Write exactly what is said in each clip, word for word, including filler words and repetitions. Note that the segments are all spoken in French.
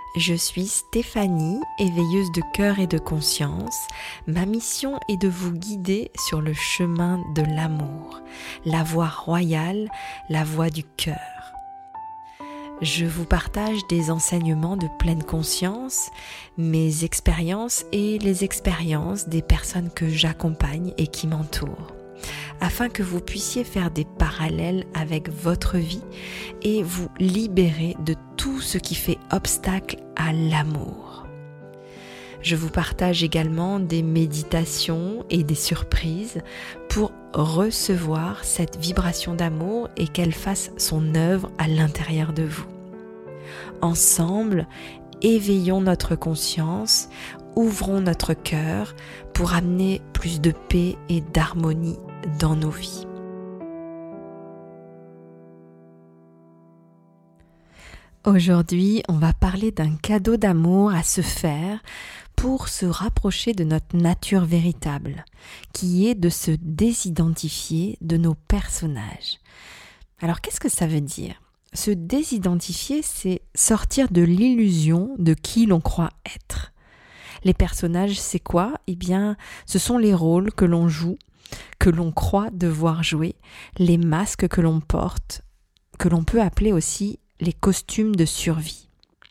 Je suis Stéphanie, éveilleuse de cœur et de conscience. Ma mission est de vous guider sur le chemin de l'amour, la voie royale, la voie du cœur. Je vous partage des enseignements de pleine conscience, mes expériences et les expériences des personnes que j'accompagne et qui m'entourent, afin que vous puissiez faire des parallèles avec votre vie et vous libérer de tout ce qui fait obstacle à l'amour. Je vous partage également des méditations et des surprises pour recevoir cette vibration d'amour et qu'elle fasse son œuvre à l'intérieur de vous. Ensemble, éveillons notre conscience, ouvrons notre cœur pour amener plus de paix et d'harmonie dans nos vies. Aujourd'hui, on va parler d'un cadeau d'amour à se faire pour se rapprocher de notre nature véritable, qui est de se désidentifier de nos personnages. Alors, qu'est-ce que ça veut dire ? Se désidentifier, c'est sortir de l'illusion de qui l'on croit être. Les personnages, c'est quoi ? Eh bien, ce sont les rôles que l'on joue, que l'on croit devoir jouer, les masques que l'on porte, que l'on peut appeler aussi les costumes de survie.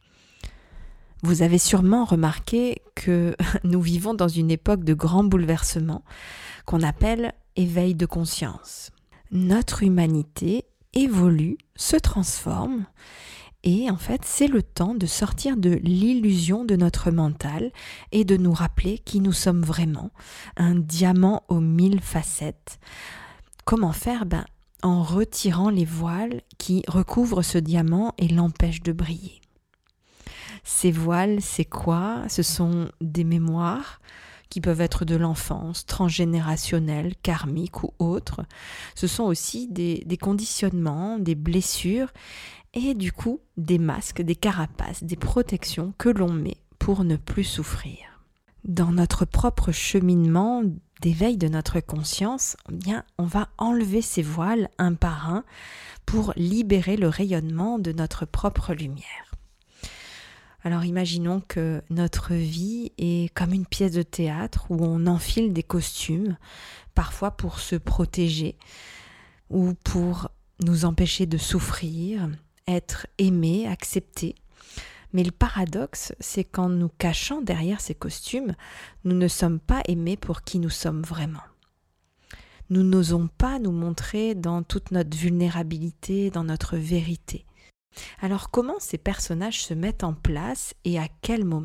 Vous avez sûrement remarqué que nous vivons dans une époque de grands bouleversements qu'on appelle éveil de conscience. Notre humanité évolue, se transforme et en fait c'est le temps de sortir de l'illusion de notre mental et de nous rappeler qui nous sommes vraiment, un diamant aux mille facettes. Comment faire ? Ben, en retirant les voiles qui recouvrent ce diamant et l'empêchent de briller. Ces voiles, c'est quoi ? Ce sont des mémoires qui peuvent être de l'enfance, transgénérationnelles, karmiques ou autres. Ce sont aussi des, des conditionnements, des blessures et du coup des masques, des carapaces, des protections que l'on met pour ne plus souffrir. Dans notre propre cheminement d'éveil de notre conscience, eh bien, on va enlever ces voiles un par un pour libérer le rayonnement de notre propre lumière. Alors imaginons que notre vie est comme une pièce de théâtre où on enfile des costumes, parfois pour se protéger ou pour nous empêcher de souffrir, être aimé, accepté. Mais le paradoxe, c'est qu'en nous cachant derrière ces costumes, nous ne sommes pas aimés pour qui nous sommes vraiment. Nous n'osons pas nous montrer dans toute notre vulnérabilité, dans notre vérité. Alors comment ces personnages se mettent en place et à quel moment ?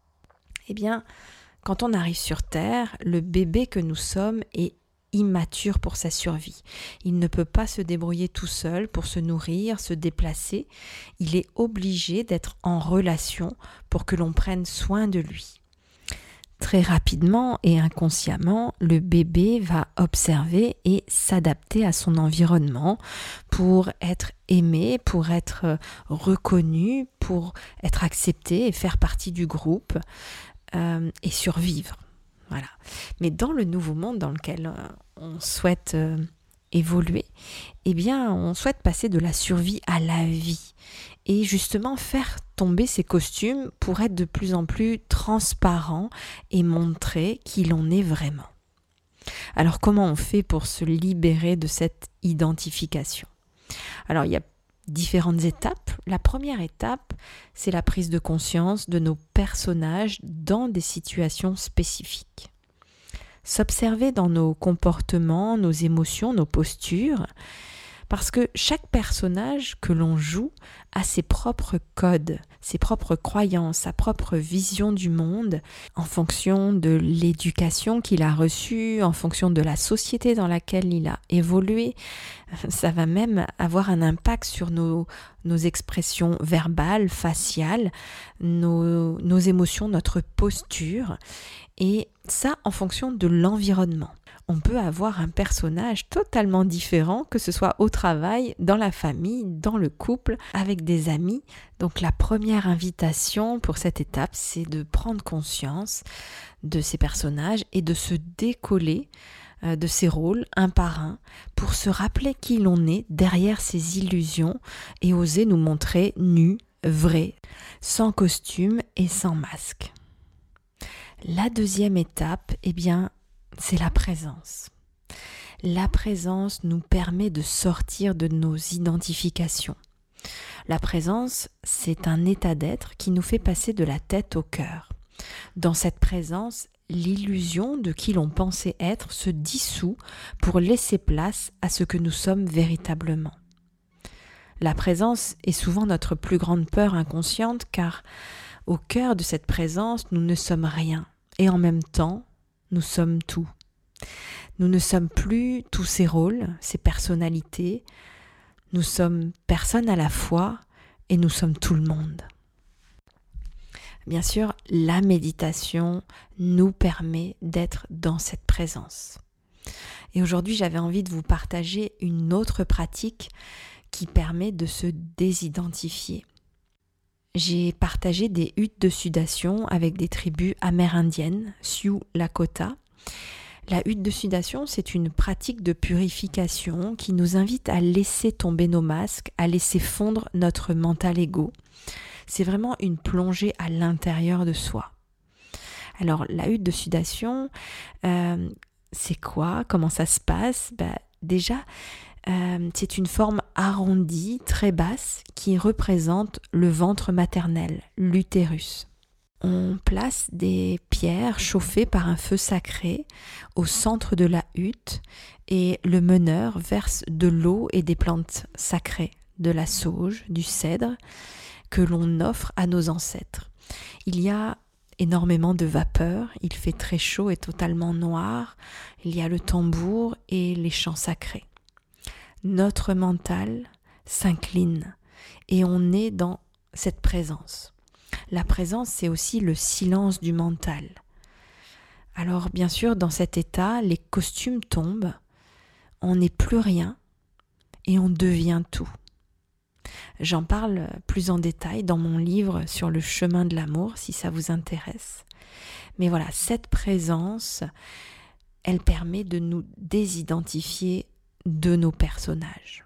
Eh bien, quand on arrive sur Terre, le bébé que nous sommes est immature pour sa survie. Il ne peut pas se débrouiller tout seul pour se nourrir, se déplacer. Il est obligé d'être en relation pour que l'on prenne soin de lui. Très rapidement et inconsciemment, le bébé va observer et s'adapter à son environnement pour être aimé, pour être reconnu, pour être accepté et faire partie du groupe euh, et survivre. Voilà. Mais dans le nouveau monde dans lequel on souhaite euh, évoluer, eh bien, on souhaite passer de la survie à la vie et justement faire tomber ces costumes pour être de plus en plus transparent et montrer qui l'on est vraiment. Alors, comment on fait pour se libérer de cette identification ? Alors, il y a différentes étapes. La première étape, c'est la prise de conscience de nos personnages dans des situations spécifiques. S'observer dans nos comportements, nos émotions, nos postures, parce que chaque personnage que l'on joue a ses propres codes, ses propres croyances, sa propre vision du monde, en fonction de l'éducation qu'il a reçue, en fonction de la société dans laquelle il a évolué. Ça va même avoir un impact sur nos, nos expressions verbales, faciales, nos, nos émotions, notre posture, et ça en fonction de l'environnement. On peut avoir un personnage totalement différent, que ce soit au travail, dans la famille, dans le couple, avec des amis. Donc la première invitation pour cette étape, c'est de prendre conscience de ces personnages et de se décoller euh, de ces rôles un par un pour se rappeler qui l'on est derrière ces illusions et oser nous montrer nus, vrai, sans costume et sans masque. La deuxième étape, eh bien, c'est la présence. La présence nous permet de sortir de nos identifications. La présence, c'est un état d'être qui nous fait passer de la tête au cœur. Dans cette présence, l'illusion de qui l'on pensait être se dissout pour laisser place à ce que nous sommes véritablement. La présence est souvent notre plus grande peur inconsciente car au cœur de cette présence, nous ne sommes rien et en même temps, nous sommes tout. Nous ne sommes plus tous ces rôles, ces personnalités, nous sommes personne à la fois et nous sommes tout le monde. Bien sûr, la méditation nous permet d'être dans cette présence. Et aujourd'hui, j'avais envie de vous partager une autre pratique qui permet de se désidentifier. J'ai partagé des huttes de sudation avec des tribus amérindiennes, Sioux Lakota. La hutte de sudation, c'est une pratique de purification qui nous invite à laisser tomber nos masques, à laisser fondre notre mental ego. C'est vraiment une plongée à l'intérieur de soi. Alors, la hutte de sudation, euh, c'est quoi? Comment ça se passe? Ben, déjà, euh, c'est une forme arrondie, très basse, qui représente le ventre maternel, l'utérus. On place des pierres chauffées par un feu sacré au centre de la hutte et le meneur verse de l'eau et des plantes sacrées, de la sauge, du cèdre, que l'on offre à nos ancêtres. Il y a énormément de vapeur, il fait très chaud et totalement noir, il y a le tambour et les chants sacrés. Notre mental s'incline et on est dans cette présence. La présence, c'est aussi le silence du mental. Alors bien sûr, dans cet état, les costumes tombent, on n'est plus rien et on devient tout. J'en parle plus en détail dans mon livre sur le chemin de l'amour, si ça vous intéresse. Mais voilà, cette présence, elle permet de nous désidentifier de nos personnages.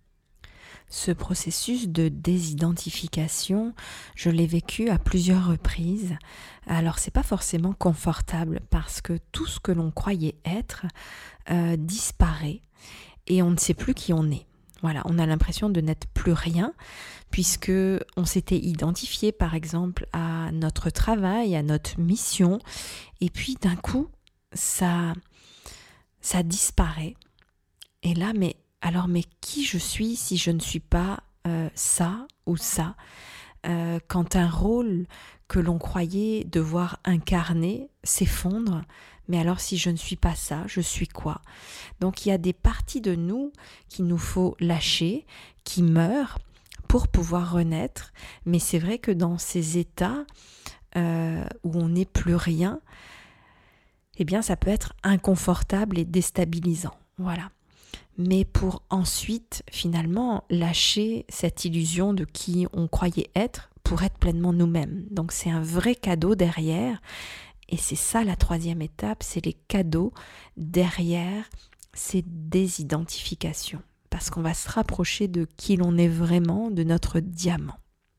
Ce processus de désidentification, je l'ai vécu à plusieurs reprises. Alors, c'est pas forcément confortable parce que tout ce que l'on croyait être euh, disparaît et on ne sait plus qui on est. Voilà, on a l'impression de n'être plus rien puisque on s'était identifié par exemple à notre travail, à notre mission et puis d'un coup, ça, ça disparaît. Et là, mais alors, mais qui je suis si je ne suis pas euh, ça ou ça euh, quand un rôle que l'on croyait devoir incarner s'effondre, mais alors si je ne suis pas ça, je suis quoi? Donc il y a des parties de nous qu'il nous faut lâcher, qui meurent pour pouvoir renaître, mais c'est vrai que dans ces états euh, où on n'est plus rien, eh bien ça peut être inconfortable et déstabilisant. Voilà. Mais pour ensuite, finalement, lâcher cette illusion de qui on croyait être pour être pleinement nous-mêmes. Donc c'est un vrai cadeau derrière. Et c'est ça la troisième étape, c'est les cadeaux derrière ces désidentifications. Parce qu'on va se rapprocher de qui l'on est vraiment, de notre diamant.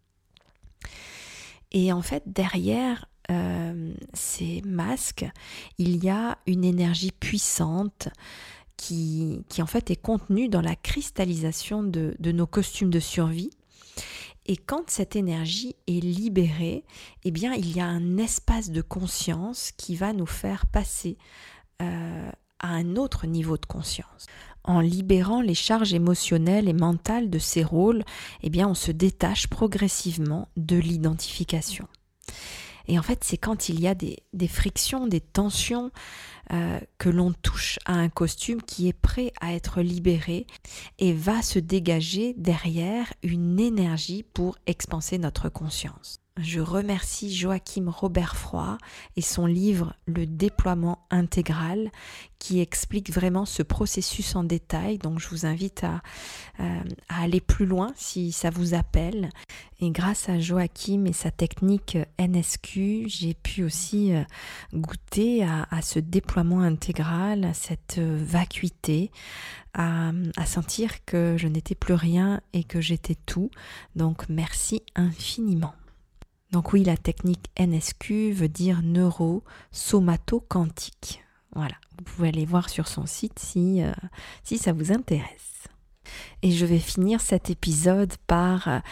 Et en fait, derrière euh, ces masques, il y a une énergie puissante Qui, qui en fait est contenue dans la cristallisation de, de nos costumes de survie. Et quand cette énergie est libérée, eh bien, il y a un espace de conscience qui va nous faire passer euh, à un autre niveau de conscience. En libérant les charges émotionnelles et mentales de ces rôles, eh bien, on se détache progressivement de l'identification. Et en fait, c'est quand il y a des, des frictions, des tensions, euh, que l'on touche à un costume qui est prêt à être libéré et va se dégager derrière une énergie pour expanser notre conscience. Je remercie Joachim Robert Froid et son livre Le déploiement intégral qui explique vraiment ce processus en détail. Donc je vous invite à, euh, à aller plus loin si ça vous appelle. Et grâce à Joachim et sa technique N S Q, j'ai pu aussi euh, goûter à, à ce déploiement intégral, à cette vacuité, à, à sentir que je n'étais plus rien et que j'étais tout. Donc merci infiniment. Donc oui, la technique N S Q veut dire neuro-somato-quantique. Voilà, vous pouvez aller voir sur son site si, euh, si ça vous intéresse. Et je vais finir cet épisode par euh,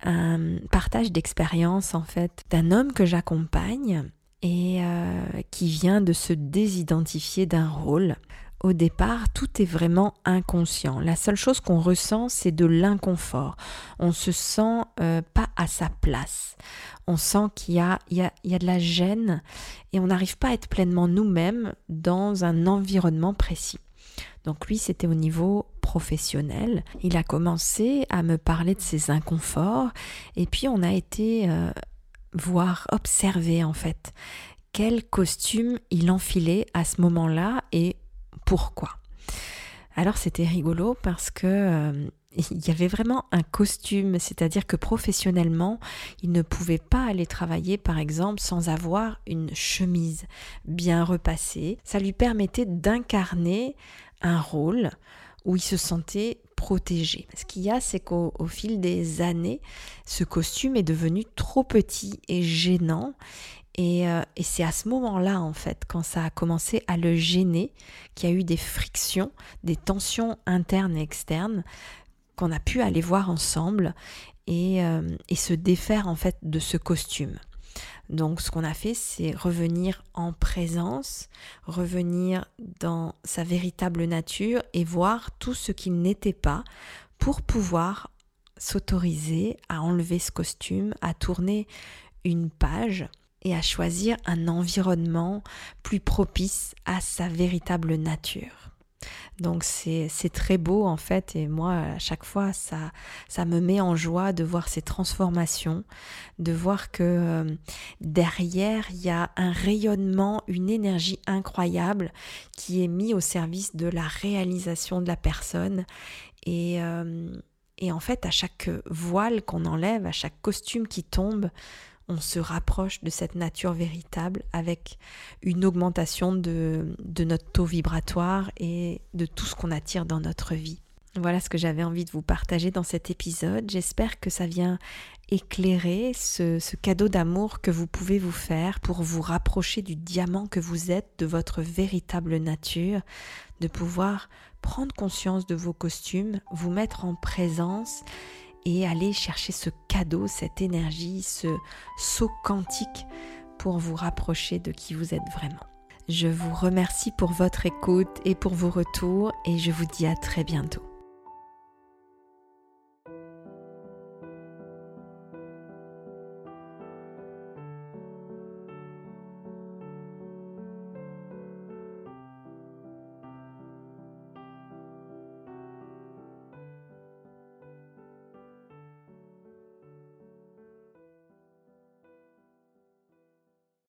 un partage d'expérience en fait d'un homme que j'accompagne et euh, qui vient de se désidentifier d'un rôle. Au départ, tout est vraiment inconscient. La seule chose qu'on ressent, c'est de l'inconfort. On se sent euh, pas à sa place. On sent qu'il y a, il y a, il y a de la gêne et on n'arrive pas à être pleinement nous-mêmes dans un environnement précis. Donc lui, c'était au niveau professionnel. Il a commencé à me parler de ses inconforts et puis on a été euh, voir, observer en fait quel costume il enfilait à ce moment-là et pourquoi. Alors c'était rigolo parce que euh, il y avait vraiment un costume, c'est-à-dire que professionnellement, il ne pouvait pas aller travailler par exemple sans avoir une chemise bien repassée. Ça lui permettait d'incarner un rôle où il se sentait protégé. Ce qu'il y a, c'est qu'au au fil des années, ce costume est devenu trop petit et gênant. Et, euh, et c'est à ce moment-là, en fait, quand ça a commencé à le gêner, qu'il y a eu des frictions, des tensions internes et externes, qu'on a pu aller voir ensemble et, euh, et se défaire, en fait, de ce costume. Donc, ce qu'on a fait, c'est revenir en présence, revenir dans sa véritable nature et voir tout ce qu'il n'était pas pour pouvoir s'autoriser à enlever ce costume, à tourner une page et à choisir un environnement plus propice à sa véritable nature. Donc c'est, c'est très beau en fait et moi à chaque fois ça, ça me met en joie de voir ces transformations, de voir que euh, derrière il y a un rayonnement, une énergie incroyable qui est mise au service de la réalisation de la personne et, euh, et en fait à chaque voile qu'on enlève, à chaque costume qui tombe, on se rapproche de cette nature véritable avec une augmentation de, de notre taux vibratoire et de tout ce qu'on attire dans notre vie. Voilà ce que j'avais envie de vous partager dans cet épisode. J'espère que ça vient éclairer ce, ce cadeau d'amour que vous pouvez vous faire pour vous rapprocher du diamant que vous êtes, de votre véritable nature, de pouvoir prendre conscience de vos costumes, vous mettre en présence et aller chercher ce cadeau, cette énergie, ce saut quantique pour vous rapprocher de qui vous êtes vraiment. Je vous remercie pour votre écoute et pour vos retours et je vous dis à très bientôt.